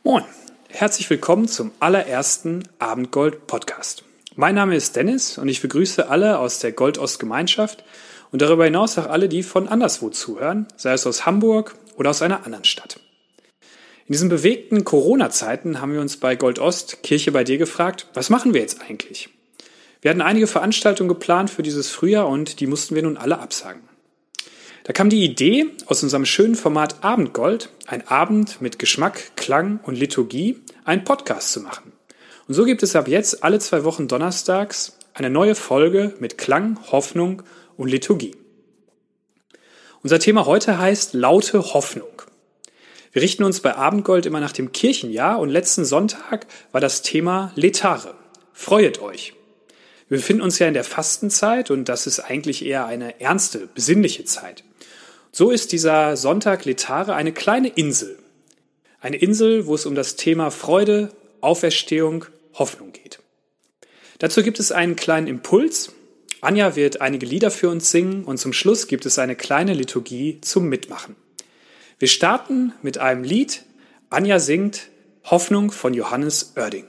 Moin, herzlich willkommen zum allerersten Abendgold-Podcast. Mein Name ist Dennis und ich begrüße alle aus der Goldost-Gemeinschaft und darüber hinaus auch alle, die von anderswo zuhören, sei es aus Hamburg oder aus einer anderen Stadt. In diesen bewegten Corona-Zeiten haben wir uns bei Goldost Kirche bei dir gefragt, was machen wir jetzt eigentlich? Wir hatten einige Veranstaltungen geplant für dieses Frühjahr und die mussten wir nun alle absagen. Da kam die Idee, aus unserem schönen Format Abendgold, ein Abend mit Geschmack, Klang und Liturgie, einen Podcast zu machen. Und so gibt es ab jetzt alle 2 Wochen donnerstags eine neue Folge mit Klang, Hoffnung und Liturgie. Unser Thema heute heißt laute Hoffnung. Wir richten uns bei Abendgold immer nach dem Kirchenjahr und letzten Sonntag war das Thema Letare. Freuet euch! Wir befinden uns ja in der Fastenzeit und das ist eigentlich eher eine ernste, besinnliche Zeit. So ist dieser Sonntag Letare eine kleine Insel. Eine Insel, wo es um das Thema Freude, Auferstehung, Hoffnung geht. Dazu gibt es einen kleinen Impuls. Anja wird einige Lieder für uns singen und zum Schluss gibt es eine kleine Liturgie zum Mitmachen. Wir starten mit einem Lied. Anja singt Hoffnung von Johannes Oerding.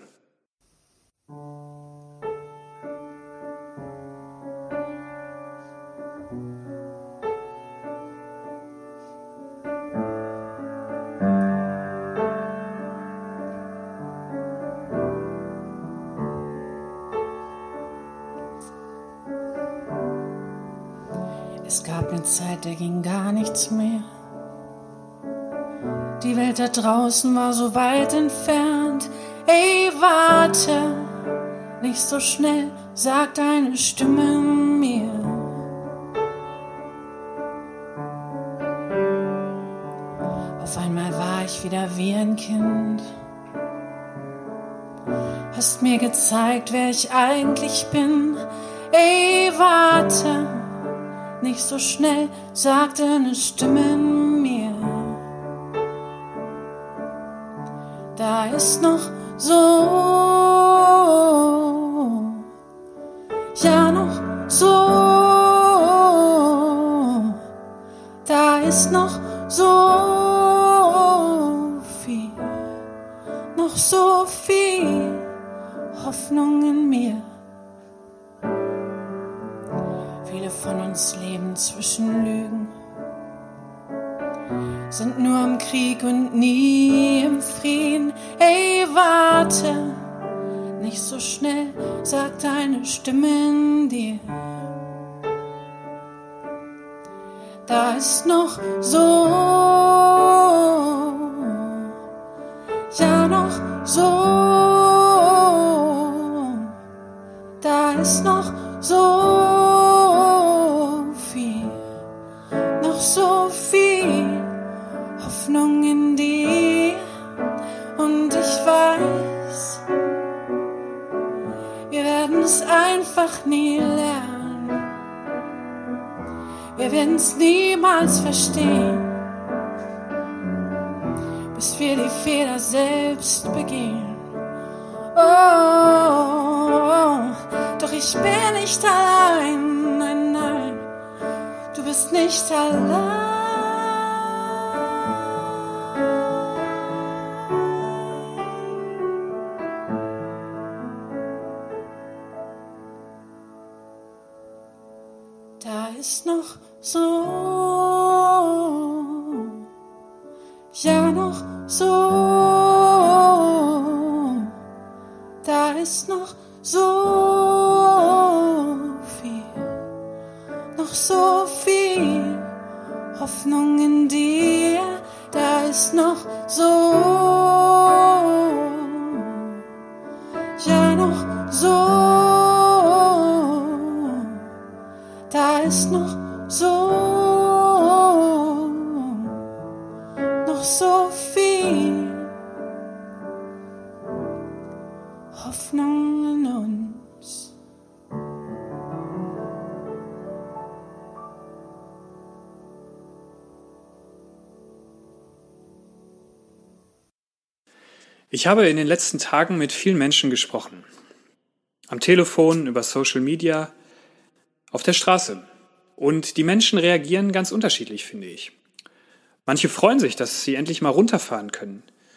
Es gab eine Zeit, da ging gar nichts mehr. Die Welt da draußen war so weit entfernt. Ey, warte, nicht so schnell, sagt eine Stimme mir. Auf einmal war ich wieder wie ein Kind. Hast mir gezeigt, wer ich eigentlich bin. Ey, warte, nicht so schnell, sagte eine Stimme in mir. Da ist noch so, ja noch so, da ist noch so viel Hoffnung in mir. Viele von uns leben zwischen Lügen, sind nur im Krieg und nie im Frieden. Ey, warte, nicht so schnell, sagt eine Stimme in dir. Da ist noch so, ja noch so, da ist noch so viel Hoffnung in dir. Und ich weiß, wir werden es einfach nie lernen. Wir werden es niemals verstehen, bis wir die Fehler selbst begehen. Oh, doch ich bin nicht allein, nein, nein, du bist nicht allein. Da ist noch so, ja noch so, da ist noch so viel Hoffnung in dir. Da ist noch so, ja noch so, da ist noch so viel Hoffnung in uns. Ich habe in den letzten Tagen mit vielen Menschen gesprochen. Am Telefon, über Social Media, auf der Straße. Und die Menschen reagieren ganz unterschiedlich, finde ich. Manche freuen sich, dass sie endlich mal runterfahren können.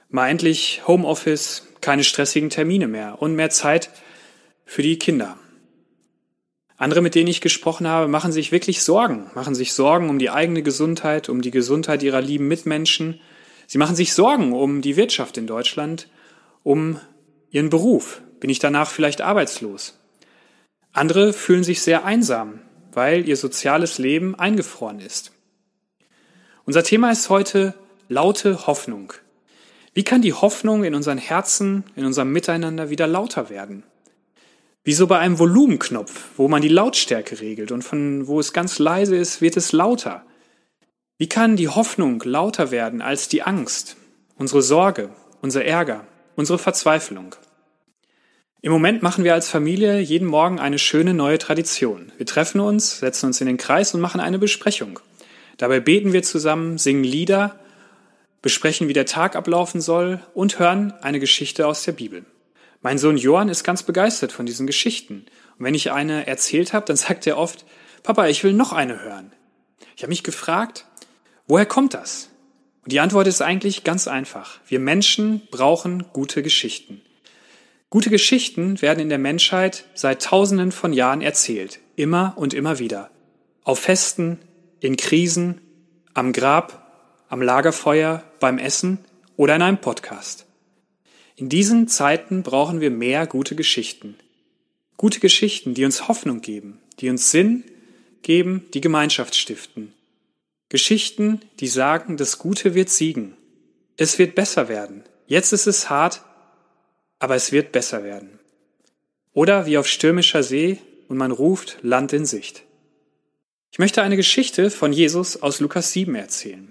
Mal endlich Homeoffice, keine stressigen Termine mehr und mehr Zeit für die Kinder. Andere, mit denen ich gesprochen habe, machen sich Sorgen um die eigene Gesundheit, um die Gesundheit ihrer lieben Mitmenschen. Sie machen sich Sorgen um die Wirtschaft in Deutschland, um ihren Beruf. Bin ich danach vielleicht arbeitslos? Andere fühlen sich sehr einsam, weil ihr soziales Leben eingefroren ist. Unser Thema ist heute laute Hoffnung. Wie kann die Hoffnung in unseren Herzen, in unserem Miteinander wieder lauter werden? Wie so bei einem Volumenknopf, wo man die Lautstärke regelt und von wo es ganz leise ist, wird es lauter. Wie kann die Hoffnung lauter werden als die Angst, unsere Sorge, unser Ärger, unsere Verzweiflung? Im Moment machen wir als Familie jeden Morgen eine schöne neue Tradition. Wir treffen uns, setzen uns in den Kreis und machen eine Besprechung. Dabei beten wir zusammen, singen Lieder, besprechen, wie der Tag ablaufen soll und hören eine Geschichte aus der Bibel. Mein Sohn Johann ist ganz begeistert von diesen Geschichten. Und wenn ich eine erzählt habe, dann sagt er oft, Papa, ich will noch eine hören. Ich habe mich gefragt, woher kommt das? Und die Antwort ist eigentlich ganz einfach. Wir Menschen brauchen gute Geschichten. Gute Geschichten werden in der Menschheit seit Tausenden von Jahren erzählt. Immer und immer wieder. Auf Festen, in Krisen, am Grab, am Lagerfeuer, beim Essen oder in einem Podcast. In diesen Zeiten brauchen wir mehr gute Geschichten. Gute Geschichten, die uns Hoffnung geben, die uns Sinn geben, die Gemeinschaft stiften. Geschichten, die sagen, das Gute wird siegen. Es wird besser werden. Jetzt ist es hart, aber es wird besser werden. Oder wie auf stürmischer See und man ruft, Land in Sicht. Ich möchte eine Geschichte von Jesus aus Lukas 7 erzählen.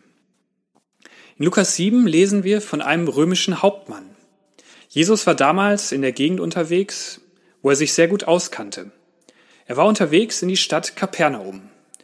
In Lukas 7 lesen wir von einem römischen Hauptmann. Jesus war damals in der Gegend unterwegs, wo er sich sehr gut auskannte. Er war unterwegs in die Stadt Kapernaum.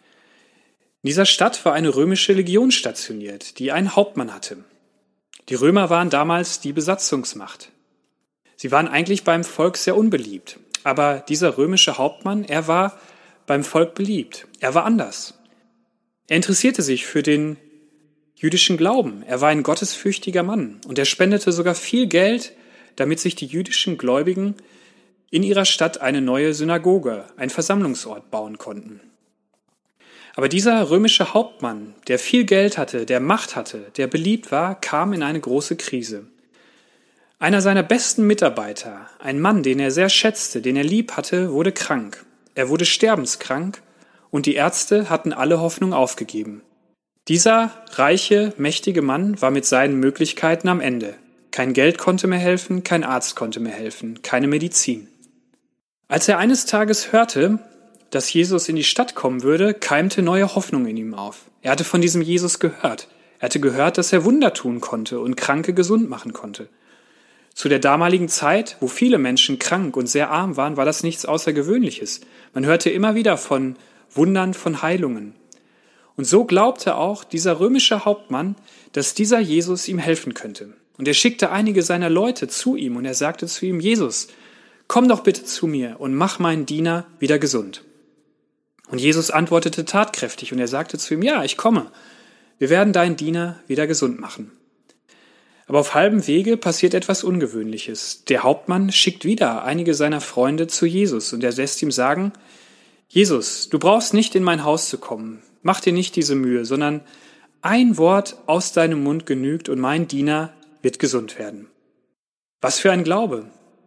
In dieser Stadt war eine römische Legion stationiert, die einen Hauptmann hatte. Die Römer waren damals die Besatzungsmacht. Sie waren eigentlich beim Volk sehr unbeliebt, aber dieser römische Hauptmann, er war beim Volk beliebt. Er war anders. Er interessierte sich für den jüdischen Glauben. Er war ein gottesfürchtiger Mann und er spendete sogar viel Geld, damit sich die jüdischen Gläubigen in ihrer Stadt eine neue Synagoge, ein Versammlungsort bauen konnten. Aber dieser römische Hauptmann, der viel Geld hatte, der Macht hatte, der beliebt war, kam in eine große Krise. Einer seiner besten Mitarbeiter, ein Mann, den er sehr schätzte, den er lieb hatte, wurde krank. Er wurde sterbenskrank und die Ärzte hatten alle Hoffnung aufgegeben. Dieser reiche, mächtige Mann war mit seinen Möglichkeiten am Ende. Kein Geld konnte mehr helfen, kein Arzt konnte mehr helfen, keine Medizin. Als er eines Tages hörte, dass Jesus in die Stadt kommen würde, keimte neue Hoffnung in ihm auf. Er hatte von diesem Jesus gehört. Er hatte gehört, dass er Wunder tun konnte und Kranke gesund machen konnte. Zu der damaligen Zeit, wo viele Menschen krank und sehr arm waren, war das nichts Außergewöhnliches. Man hörte immer wieder von Wundern, von Heilungen. Und so glaubte auch dieser römische Hauptmann, dass dieser Jesus ihm helfen könnte. Und er schickte einige seiner Leute zu ihm und er sagte zu ihm, Jesus, komm doch bitte zu mir und mach meinen Diener wieder gesund. Und Jesus antwortete tatkräftig und er sagte zu ihm, ja, ich komme. Wir werden deinen Diener wieder gesund machen. Aber auf halbem Wege passiert etwas Ungewöhnliches. Der Hauptmann schickt wieder einige seiner Freunde zu Jesus und er lässt ihm sagen, Jesus, du brauchst nicht in mein Haus zu kommen. Mach dir nicht diese Mühe, sondern ein Wort aus deinem Mund genügt und mein Diener wird gesund werden. Was für ein Glaube!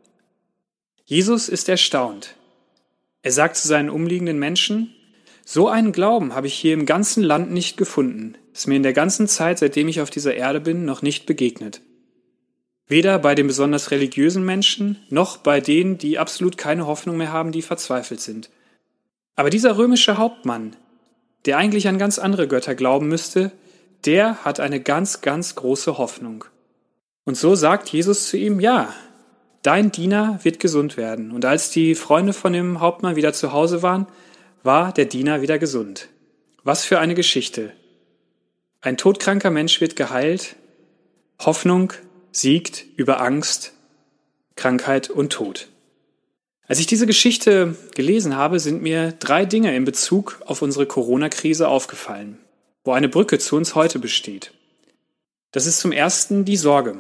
Jesus ist erstaunt. Er sagt zu seinen umliegenden Menschen, so einen Glauben habe ich hier im ganzen Land nicht gefunden, ist mir in der ganzen Zeit, seitdem ich auf dieser Erde bin, noch nicht begegnet. Weder bei den besonders religiösen Menschen, noch bei denen, die absolut keine Hoffnung mehr haben, die verzweifelt sind. Aber dieser römische Hauptmann, der eigentlich an ganz andere Götter glauben müsste, der hat eine ganz, ganz große Hoffnung. Und so sagt Jesus zu ihm, ja, dein Diener wird gesund werden. Und als die Freunde von dem Hauptmann wieder zu Hause waren, war der Diener wieder gesund. Was für eine Geschichte. Ein todkranker Mensch wird geheilt, Hoffnung siegt über Angst, Krankheit und Tod. Als ich diese Geschichte gelesen habe, sind mir 3 Dinge in Bezug auf unsere Corona-Krise aufgefallen, wo eine Brücke zu uns heute besteht. Das ist zum ersten die Sorge.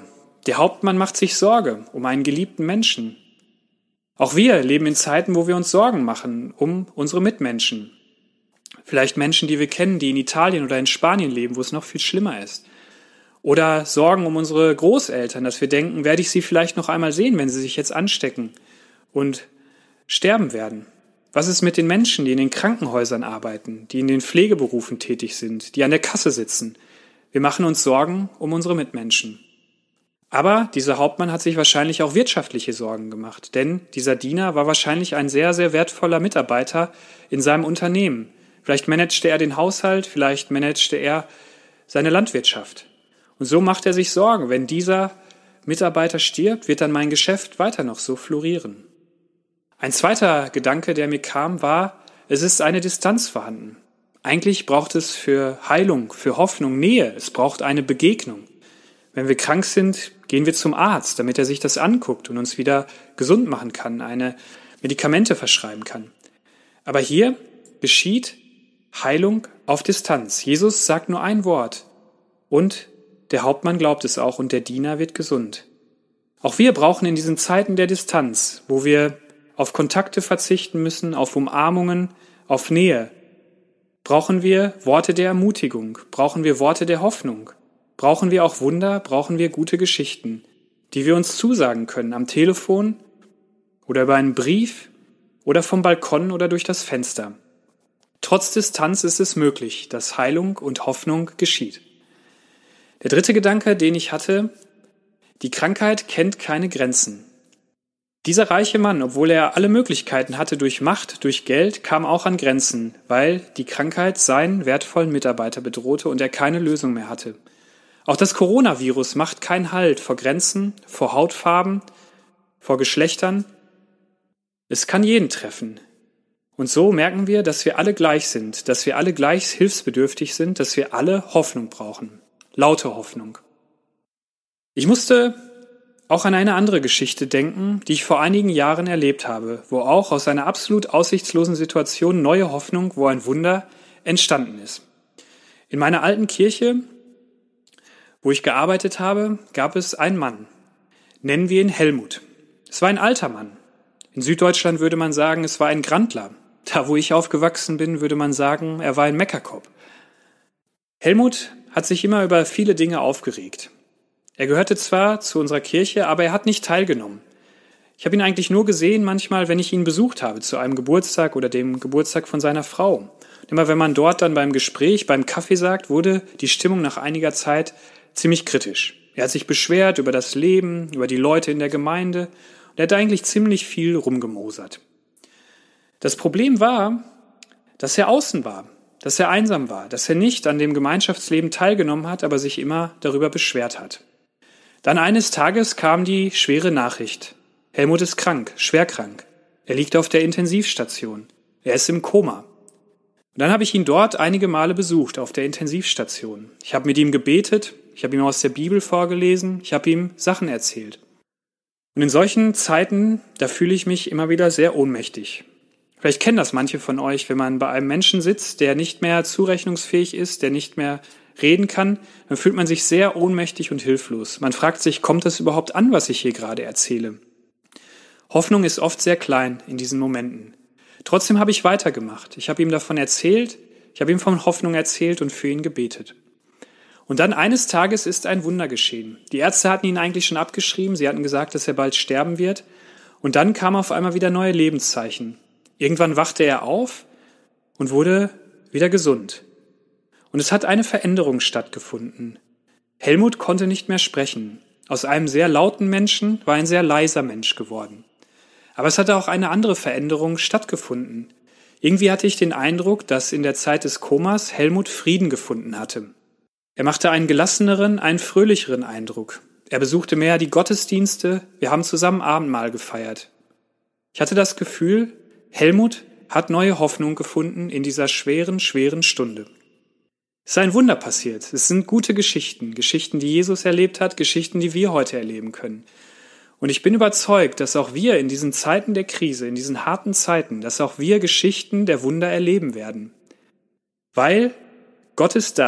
Der Hauptmann macht sich Sorge um einen geliebten Menschen. Auch wir leben in Zeiten, wo wir uns Sorgen machen um unsere Mitmenschen. Vielleicht Menschen, die wir kennen, die in Italien oder in Spanien leben, wo es noch viel schlimmer ist. Oder Sorgen um unsere Großeltern, dass wir denken, werde ich sie vielleicht noch einmal sehen, wenn sie sich jetzt anstecken und sterben werden. Was ist mit den Menschen, die in den Krankenhäusern arbeiten, die in den Pflegeberufen tätig sind, die an der Kasse sitzen? Wir machen uns Sorgen um unsere Mitmenschen. Aber dieser Hauptmann hat sich wahrscheinlich auch wirtschaftliche Sorgen gemacht, denn dieser Diener war wahrscheinlich ein sehr, sehr wertvoller Mitarbeiter in seinem Unternehmen. Vielleicht managte er den Haushalt, vielleicht managte er seine Landwirtschaft. Und so macht er sich Sorgen, wenn dieser Mitarbeiter stirbt, wird dann mein Geschäft weiter noch so florieren. Ein zweiter Gedanke, der mir kam, war, es ist eine Distanz vorhanden. Eigentlich braucht es für Heilung, für Hoffnung Nähe, es braucht eine Begegnung. Wenn wir krank sind, gehen wir zum Arzt, damit er sich das anguckt und uns wieder gesund machen kann, eine Medikamente verschreiben kann. Aber hier geschieht Heilung auf Distanz. Jesus sagt nur ein Wort und der Hauptmann glaubt es auch und der Diener wird gesund. Auch wir brauchen in diesen Zeiten der Distanz, wo wir auf Kontakte verzichten müssen, auf Umarmungen, auf Nähe, brauchen wir Worte der Ermutigung, brauchen wir Worte der Hoffnung. Brauchen wir auch Wunder, brauchen wir gute Geschichten, die wir uns zusagen können am Telefon oder über einen Brief oder vom Balkon oder durch das Fenster. Trotz Distanz ist es möglich, dass Heilung und Hoffnung geschieht. Der dritte Gedanke, den ich hatte, die Krankheit kennt keine Grenzen. Dieser reiche Mann, obwohl er alle Möglichkeiten hatte durch Macht, durch Geld, kam auch an Grenzen, weil die Krankheit seinen wertvollen Mitarbeiter bedrohte und er keine Lösung mehr hatte. Auch das Coronavirus macht keinen Halt vor Grenzen, vor Hautfarben, vor Geschlechtern. Es kann jeden treffen. Und so merken wir, dass wir alle gleich sind, dass wir alle gleich hilfsbedürftig sind, dass wir alle Hoffnung brauchen. Laute Hoffnung. Ich musste auch an eine andere Geschichte denken, die ich vor einigen Jahren erlebt habe, wo auch aus einer absolut aussichtslosen Situation neue Hoffnung, wo ein Wunder entstanden ist. In meiner alten Kirche, wo ich gearbeitet habe, gab es einen Mann. Nennen wir ihn Helmut. Es war ein alter Mann. In Süddeutschland würde man sagen, es war ein Grandler. Da, wo ich aufgewachsen bin, würde man sagen, er war ein Meckerkopf. Helmut hat sich immer über viele Dinge aufgeregt. Er gehörte zwar zu unserer Kirche, aber er hat nicht teilgenommen. Ich habe ihn eigentlich nur gesehen, manchmal, wenn ich ihn besucht habe, zu einem Geburtstag oder dem Geburtstag von seiner Frau. Und immer wenn man dort dann beim Gespräch, beim Kaffee sagt, wurde die Stimmung nach einiger Zeit ziemlich kritisch. Er hat sich beschwert über das Leben, über die Leute in der Gemeinde und er hat eigentlich ziemlich viel rumgemosert. Das Problem war, dass er außen war, dass er einsam war, dass er nicht an dem Gemeinschaftsleben teilgenommen hat, aber sich immer darüber beschwert hat. Dann eines Tages kam die schwere Nachricht. Helmut ist krank, schwer krank. Er liegt auf der Intensivstation. Er ist im Koma. Und dann habe ich ihn dort einige Male besucht, auf der Intensivstation. Ich habe mit ihm gebetet, ich habe ihm aus der Bibel vorgelesen, ich habe ihm Sachen erzählt. Und in solchen Zeiten, da fühle ich mich immer wieder sehr ohnmächtig. Vielleicht kennen das manche von euch, wenn man bei einem Menschen sitzt, der nicht mehr zurechnungsfähig ist, der nicht mehr reden kann, dann fühlt man sich sehr ohnmächtig und hilflos. Man fragt sich, kommt das überhaupt an, was ich hier gerade erzähle? Hoffnung ist oft sehr klein in diesen Momenten. Trotzdem habe ich weitergemacht. Ich habe ihm davon erzählt, ich habe ihm von Hoffnung erzählt und für ihn gebetet. Und dann eines Tages ist ein Wunder geschehen. Die Ärzte hatten ihn eigentlich schon abgeschrieben, sie hatten gesagt, dass er bald sterben wird. Und dann kamen auf einmal wieder neue Lebenszeichen. Irgendwann wachte er auf und wurde wieder gesund. Und es hat eine Veränderung stattgefunden. Helmut konnte nicht mehr sprechen. Aus einem sehr lauten Menschen war ein sehr leiser Mensch geworden. Aber es hatte auch eine andere Veränderung stattgefunden. Irgendwie hatte ich den Eindruck, dass in der Zeit des Komas Helmut Frieden gefunden hatte. Er machte einen gelasseneren, einen fröhlicheren Eindruck. Er besuchte mehr die Gottesdienste, wir haben zusammen Abendmahl gefeiert. Ich hatte das Gefühl, Helmut hat neue Hoffnung gefunden in dieser schweren, schweren Stunde. Es ist ein Wunder passiert. Es sind gute Geschichten, Geschichten, die Jesus erlebt hat, Geschichten, die wir heute erleben können. Und ich bin überzeugt, dass auch wir in diesen Zeiten der Krise, in diesen harten Zeiten, dass auch wir Geschichten der Wunder erleben werden. Weil Gott ist da.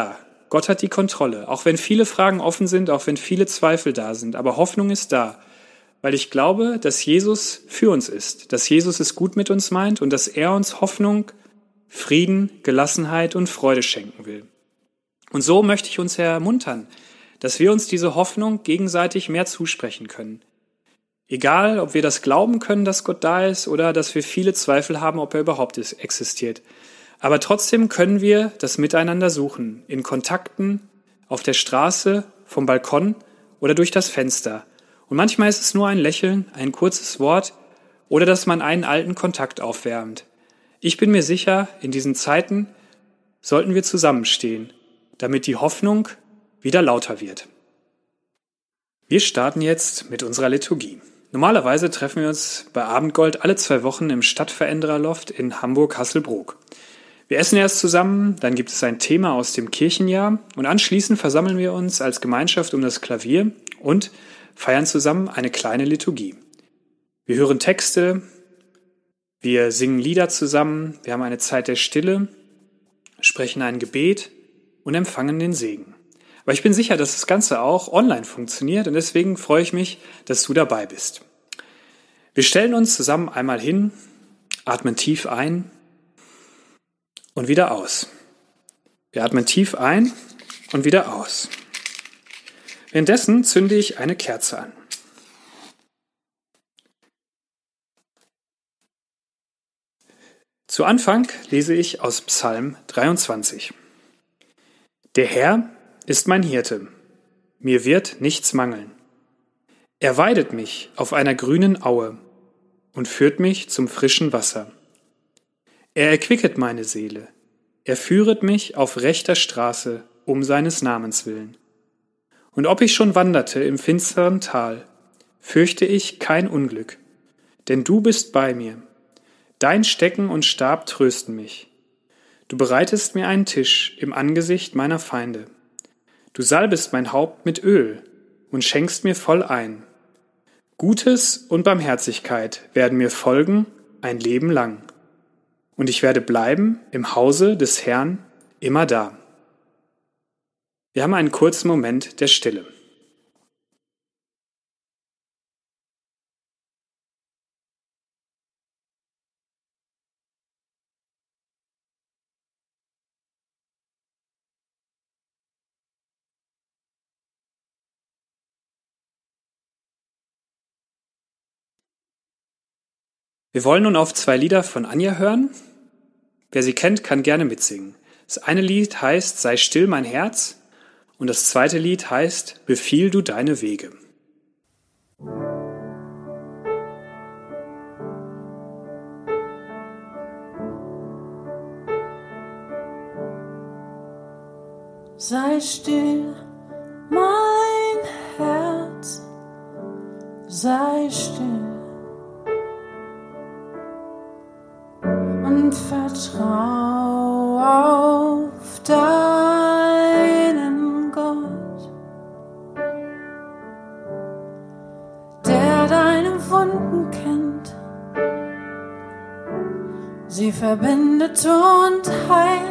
Gott hat die Kontrolle, auch wenn viele Fragen offen sind, auch wenn viele Zweifel da sind. Aber Hoffnung ist da, weil ich glaube, dass Jesus für uns ist, dass Jesus es gut mit uns meint und dass er uns Hoffnung, Frieden, Gelassenheit und Freude schenken will. Und so möchte ich uns ermuntern, dass wir uns diese Hoffnung gegenseitig mehr zusprechen können. Egal, ob wir das glauben können, dass Gott da ist, oder dass wir viele Zweifel haben, ob er überhaupt existiert. Aber trotzdem können wir das Miteinander suchen, in Kontakten, auf der Straße, vom Balkon oder durch das Fenster. Und manchmal ist es nur ein Lächeln, ein kurzes Wort oder dass man einen alten Kontakt aufwärmt. Ich bin mir sicher, in diesen Zeiten sollten wir zusammenstehen, damit die Hoffnung wieder lauter wird. Wir starten jetzt mit unserer Liturgie. Normalerweise treffen wir uns bei Abendgold alle 2 Wochen im Stadtverändererloft in Hamburg-Hasselbrook. Wir essen erst zusammen, dann gibt es ein Thema aus dem Kirchenjahr und anschließend versammeln wir uns als Gemeinschaft um das Klavier und feiern zusammen eine kleine Liturgie. Wir hören Texte, wir singen Lieder zusammen, wir haben eine Zeit der Stille, sprechen ein Gebet und empfangen den Segen. Aber ich bin sicher, dass das Ganze auch online funktioniert und deswegen freue ich mich, dass du dabei bist. Wir stellen uns zusammen einmal hin, atmen tief ein und wieder aus. Wir atmen tief ein und wieder aus. Währenddessen zünde ich eine Kerze an. Zu Anfang lese ich aus Psalm 23. Der Herr ist mein Hirte, mir wird nichts mangeln. Er weidet mich auf einer grünen Aue und führt mich zum frischen Wasser. Er erquicket meine Seele, er führet mich auf rechter Straße um seines Namens willen. Und ob ich schon wanderte im finsteren Tal, fürchte ich kein Unglück, denn du bist bei mir. Dein Stecken und Stab trösten mich. Du bereitest mir einen Tisch im Angesicht meiner Feinde. Du salbest mein Haupt mit Öl und schenkst mir voll ein. Gutes und Barmherzigkeit werden mir folgen ein Leben lang. Und ich werde bleiben im Hause des Herrn immer da. Wir haben einen kurzen Moment der Stille. Wir wollen nun auf 2 Lieder von Anja hören. Wer sie kennt, kann gerne mitsingen. Das eine Lied heißt Sei still, mein Herz, und das zweite Lied heißt Befiehl du deine Wege. Sei still, mein Herz, sei still und vertrau auf deinen Gott, der deine Wunden kennt, sie verbindet und heilt.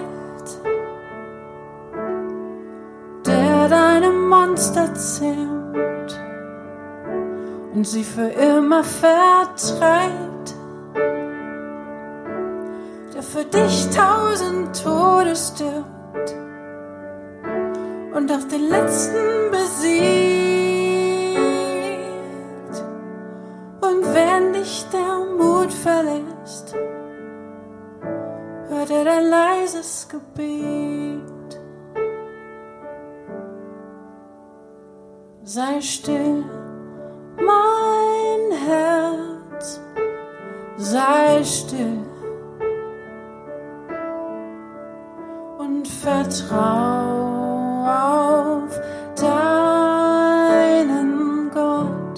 Deine Monster zähmt und sie für immer vertreibt, der für dich 1000 Tode stirbt und auch den letzten besiegt. Und wenn dich der Mut verlässt, hört er dein leises Gebet. Sei still, mein Herz, sei still und vertrau auf deinen Gott.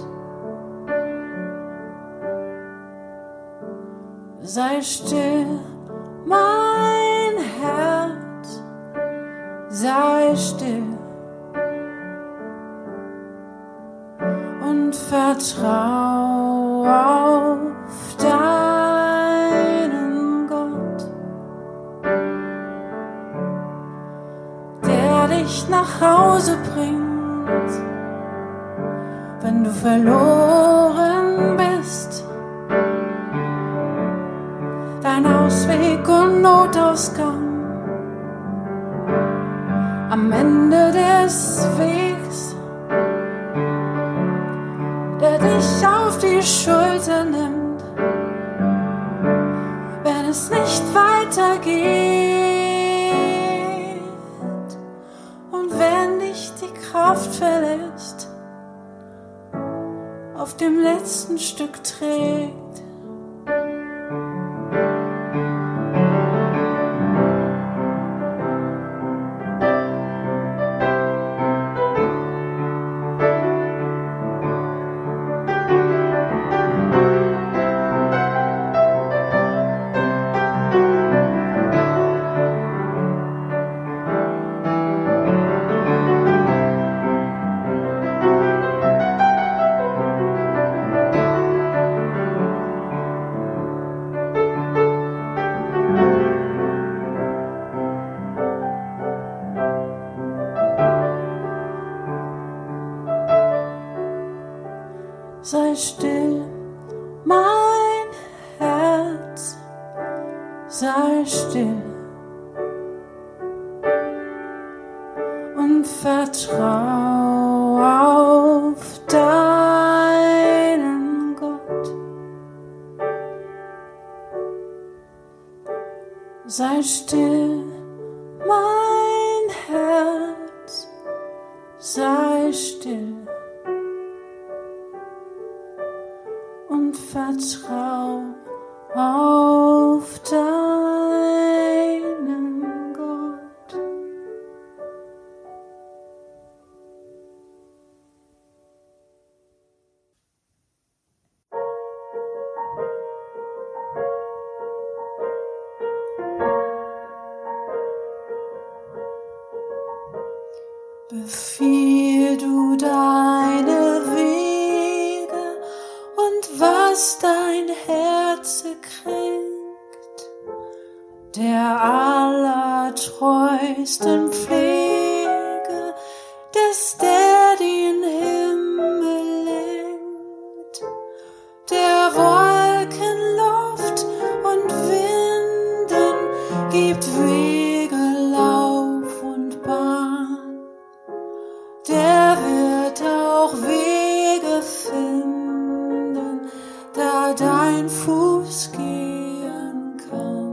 Sei still, mein Herz, sei still. Und vertrau auf deinen Gott, der dich dich nach Hause bringt, wenn du verloren bist. Dein Ausweg und Notausgang am Ende des Wegs, der dich auf die Schulter nimmt, wenn es nicht weitergeht und wenn dich die Kraft verlässt, auf dem letzten Stück trägt. Sei still, mein Herz, sei still und vertrau auf deinen Gott. Sei still, mein Herz, sei still und vertrau auf deinen Gott. Befiehl du deine Wege und was dein Herz kränkt, der allertreusten Pflege des, der den Himmel lenkt, der Wolken Luft und Winden gibt Wege, Lauf und Bahn, der wird auch Wege finden, da dein Fuß gehen kann.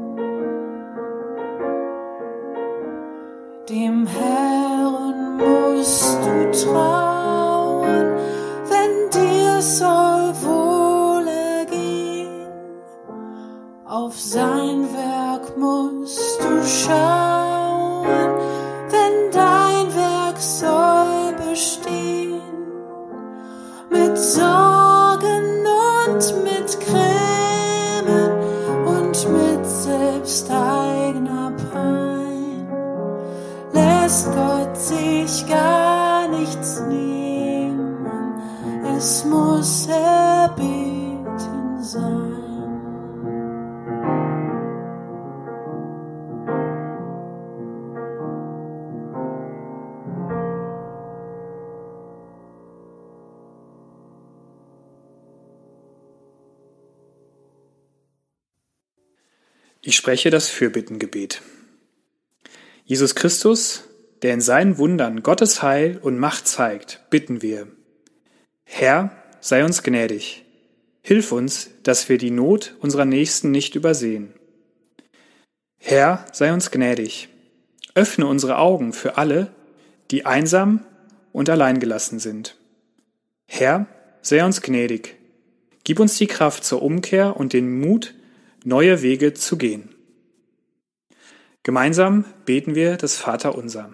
Dem Herrn musst du trauen, wenn dir soll wohlergehen. Auf sein Werk musst du schauen, wenn dein Werk soll bestehen. Mit Sorgen und mit Grämen und mit selbsteigener Pein lässt Gott sich gar nichts nehmen, es muss erbeten sein. Ich spreche das Fürbittengebet. Jesus Christus, der in seinen Wundern Gottes Heil und Macht zeigt, bitten wir. Herr, sei uns gnädig. Hilf uns, dass wir die Not unserer Nächsten nicht übersehen. Herr, sei uns gnädig. Öffne unsere Augen für alle, die einsam und alleingelassen sind. Herr, sei uns gnädig. Gib uns die Kraft zur Umkehr und den Mut, neue Wege zu gehen. Gemeinsam beten wir das Vaterunser.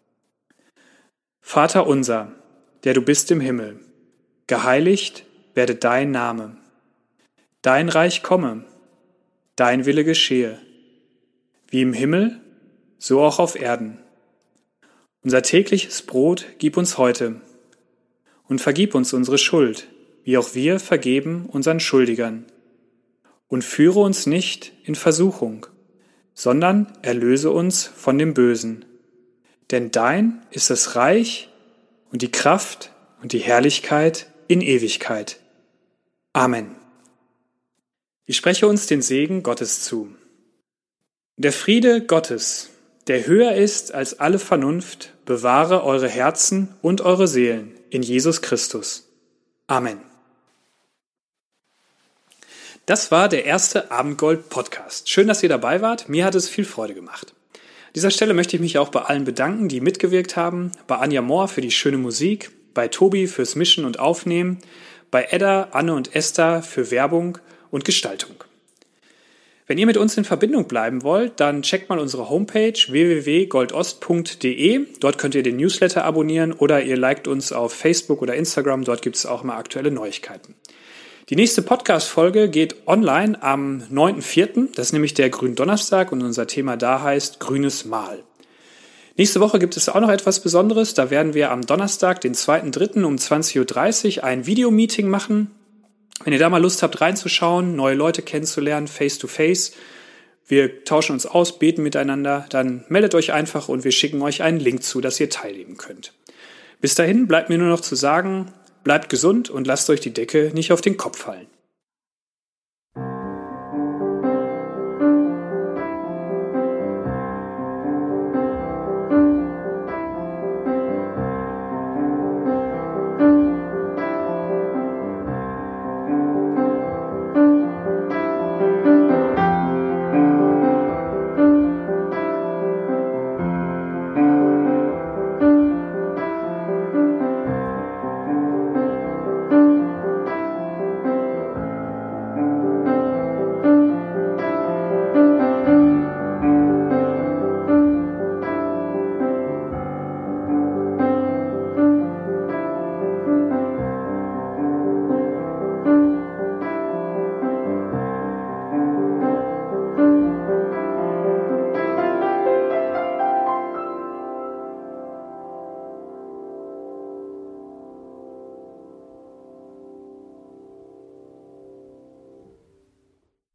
Vater unser, der du bist im Himmel, geheiligt werde dein Name. Dein Reich komme, dein Wille geschehe, wie im Himmel, so auch auf Erden. Unser tägliches Brot gib uns heute und vergib uns unsere Schuld, wie auch wir vergeben unseren Schuldigern. Und führe uns nicht in Versuchung, sondern erlöse uns von dem Bösen. denn dein ist das Reich und die Kraft und die Herrlichkeit in Ewigkeit. Amen. Ich spreche uns den Segen Gottes zu. Der Friede Gottes, der höher ist als alle Vernunft, bewahre eure Herzen und eure Seelen in Jesus Christus. Amen. Das war der erste Abendgold-Podcast. Schön, dass ihr dabei wart. Mir hat es viel Freude gemacht. An dieser Stelle möchte ich mich auch bei allen bedanken, die mitgewirkt haben. Bei Anja Mohr für die schöne Musik, bei Tobi fürs Mischen und Aufnehmen, bei Edda, Anne und Esther für Werbung und Gestaltung. Wenn ihr mit uns in Verbindung bleiben wollt, dann checkt mal unsere Homepage www.goldost.de. Dort könnt ihr den Newsletter abonnieren oder ihr liked uns auf Facebook oder Instagram. Dort gibt es auch immer aktuelle Neuigkeiten. Die nächste Podcast-Folge geht online am 9.4. Das ist nämlich der Gründonnerstag und unser Thema da heißt Grünes Mal. Nächste Woche gibt es auch noch etwas Besonderes. Da werden wir am Donnerstag, den 2.3. um 20.30 Uhr ein Videomeeting machen. Wenn ihr da mal Lust habt reinzuschauen, neue Leute kennenzulernen, face to face, wir tauschen uns aus, beten miteinander, dann meldet euch einfach und wir schicken euch einen Link zu, dass ihr teilnehmen könnt. Bis dahin bleibt mir nur noch zu sagen, bleibt gesund und lasst euch die Decke nicht auf den Kopf fallen.